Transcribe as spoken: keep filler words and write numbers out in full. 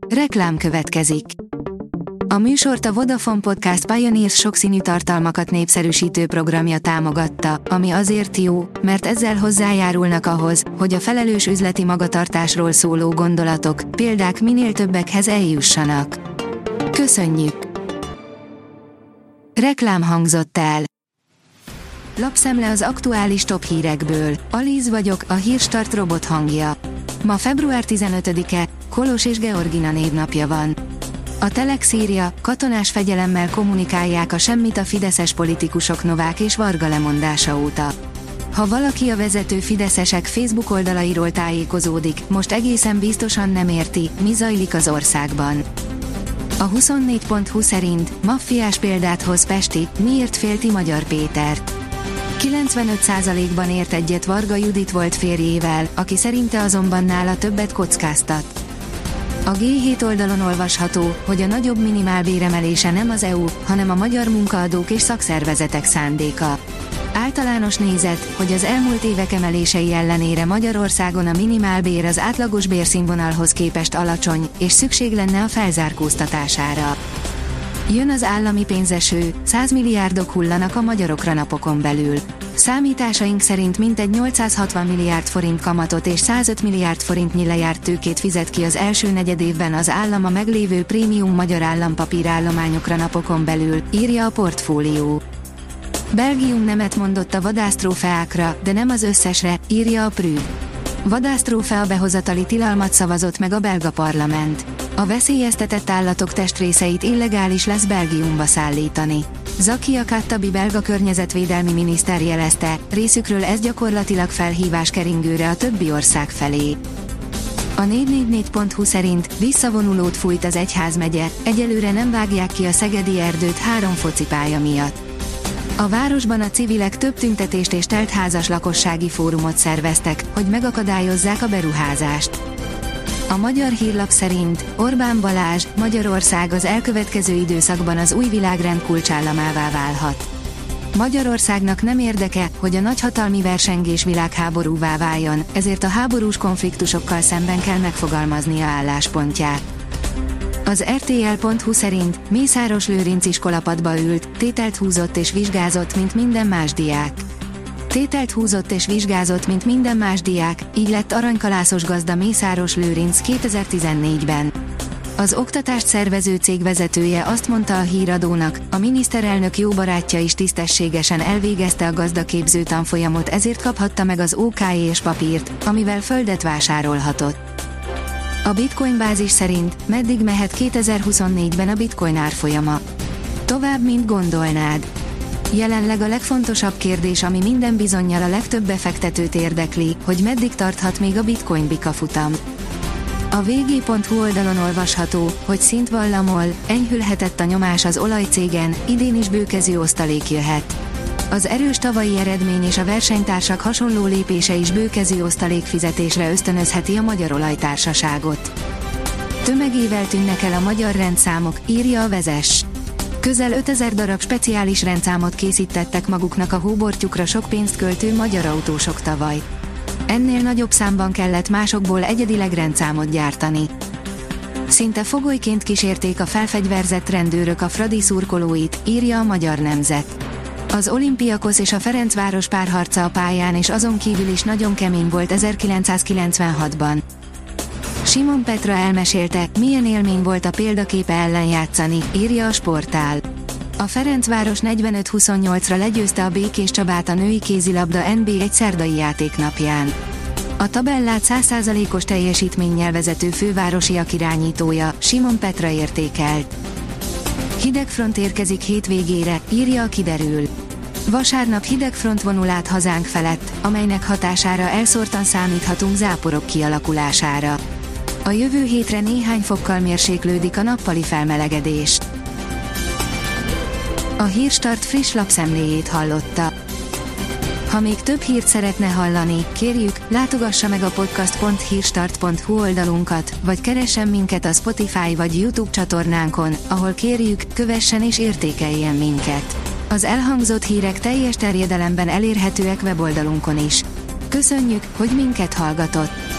Reklám következik. A műsort a Vodafone Podcast Pioneers sokszínű tartalmakat népszerűsítő programja támogatta, ami azért jó, mert ezzel hozzájárulnak ahhoz, hogy a felelős üzleti magatartásról szóló gondolatok, példák minél többekhez eljussanak. Köszönjük! Reklám hangzott el. Lapszemle az aktuális top hírekből. Alíz vagyok, a Hírstart robot hangja. Ma február tizenötödike, Kolos és Georgina névnapja van. A Telex írja, katonás fegyelemmel kommunikálják a semmit a fideszes politikusok Novák és Varga lemondása óta. Ha valaki a vezető fideszesek Facebook oldalairól tájékozódik, most egészen biztosan nem érti, mi zajlik az országban. A huszonnégy pont hu szerint maffiás példát hoz Pesti, miért félti Magyar Pétert. kilencvenöt százalékban ért egyet Varga Judit volt férjével, aki szerinte azonban nála többet kockáztat. A gé hét oldalon olvasható, hogy a nagyobb minimálbér emelése nem az é u, hanem a magyar munkaadók és szakszervezetek szándéka. Általános nézet, hogy az elmúlt évek emelései ellenére Magyarországon a minimálbér az átlagos bérszínvonalhoz képest alacsony, és szükség lenne a felzárkóztatására. Jön az állami pénzeső, száz milliárdok hullanak a magyarokra napokon belül. Számításaink szerint mintegy nyolcszázhatvan milliárd forint kamatot és százöt milliárd forintnyi lejárt tőkét fizet ki az első negyedévben az állam a meglévő prémium magyar állampapírállományokra napokon belül, írja a Portfólió. Belgium nemet mondott a vadásztrófeákra, de nem az összesre, írja a Prüv. Vadásztrófea behozatali tilalmat szavazott meg a belga parlament. A veszélyeztetett állatok testrészeit illegális lesz Belgiumba szállítani. Zakia Khattabi belga környezetvédelmi miniszter jelezte, részükről ez gyakorlatilag felhívás keringőre a többi ország felé. A négy négy négy pont hu szerint visszavonulót fújt az egyházmegye, egyelőre nem vágják ki a szegedi erdőt három focipálya miatt. A városban a civilek több tüntetést és teltházas lakossági fórumot szerveztek, hogy megakadályozzák a beruházást. A Magyar Hírlap szerint Orbán Balázs, Magyarország az elkövetkező időszakban az új világrend kulcsállamává válhat. Magyarországnak nem érdeke, hogy a nagyhatalmi versengés világháborúvá váljon, ezért a háborús konfliktusokkal szemben kell megfogalmaznia álláspontját. Az er té el pont hu szerint Mészáros Lőrinc iskolapadba ült, tételt húzott és vizsgázott, mint minden más diák. Tételt húzott és vizsgázott, mint minden más diák, így lett aranykalászos gazda Mészáros Lőrinc kétezer-tizennégyben. Az oktatást szervező cég vezetője azt mondta a Híradónak, a miniszterelnök jó barátja is tisztességesen elvégezte a gazdaképző tanfolyamot, ezért kaphatta meg az ó ká és papírt, amivel földet vásárolhatott. A Bitcoin bázis szerint meddig mehet kétezer-huszonnégyben a Bitcoin árfolyama? Tovább, mint gondolnád. Jelenleg a legfontosabb kérdés, ami minden bizonnyal a legtöbb befektetőt érdekli, hogy meddig tarthat még a Bitcoin bikafutam. A vé gé pont hu oldalon olvasható, hogy szint vall a MOL, enyhülhetett a nyomás az olajcégen, idén is bőkezű osztalék jöhet. Az erős tavalyi eredmény és a versenytársak hasonló lépése is bőkezű osztalékfizetésre ösztönözheti a Magyar Olajtársaságot. Tömegével tűnnek el a magyar rendszámok, írja a Vezess. Közel ötezer darab speciális rendszámot készítettek maguknak a hóbortjukra sok pénzt költő magyar autósok tavaly. Ennél nagyobb számban kellett másokból egyedileg rendszámot gyártani. Szinte fogolyként kísérték a felfegyverzett rendőrök a Fradi szurkolóit, írja a Magyar Nemzet. Az Olimpiakos és a Ferencváros párharca a pályán és azon kívül is nagyon kemény volt ezerkilencszázkilencvenhatban. Simon Petra elmesélte, milyen élmény volt a példaképe ellen játszani, írja a Sportál. A Ferencváros negyvenöt huszonnyolcra legyőzte a Békés Csabát a női kézilabda en bé egy szerdai játéknapján. A tabellát száz százalékos teljesítménnyel vezető fővárosiak irányítója, Simon Petra értékelt. Hideg front érkezik hétvégére, írja a Kiderül. Vasárnap hideg front vonul át hazánk felett, amelynek hatására elszórtan számíthatunk záporok kialakulására. A jövő hétre néhány fokkal mérséklődik a nappali felmelegedés. A Hírstart friss lapszemléjét hallotta. Ha még több hírt szeretne hallani, kérjük, látogassa meg a podcast pont hírstart pont hu oldalunkat, vagy keressen minket a Spotify vagy YouTube csatornánkon, ahol kérjük, kövessen és értékeljen minket. Az elhangzott hírek teljes terjedelemben elérhetőek weboldalunkon is. Köszönjük, hogy minket hallgatott!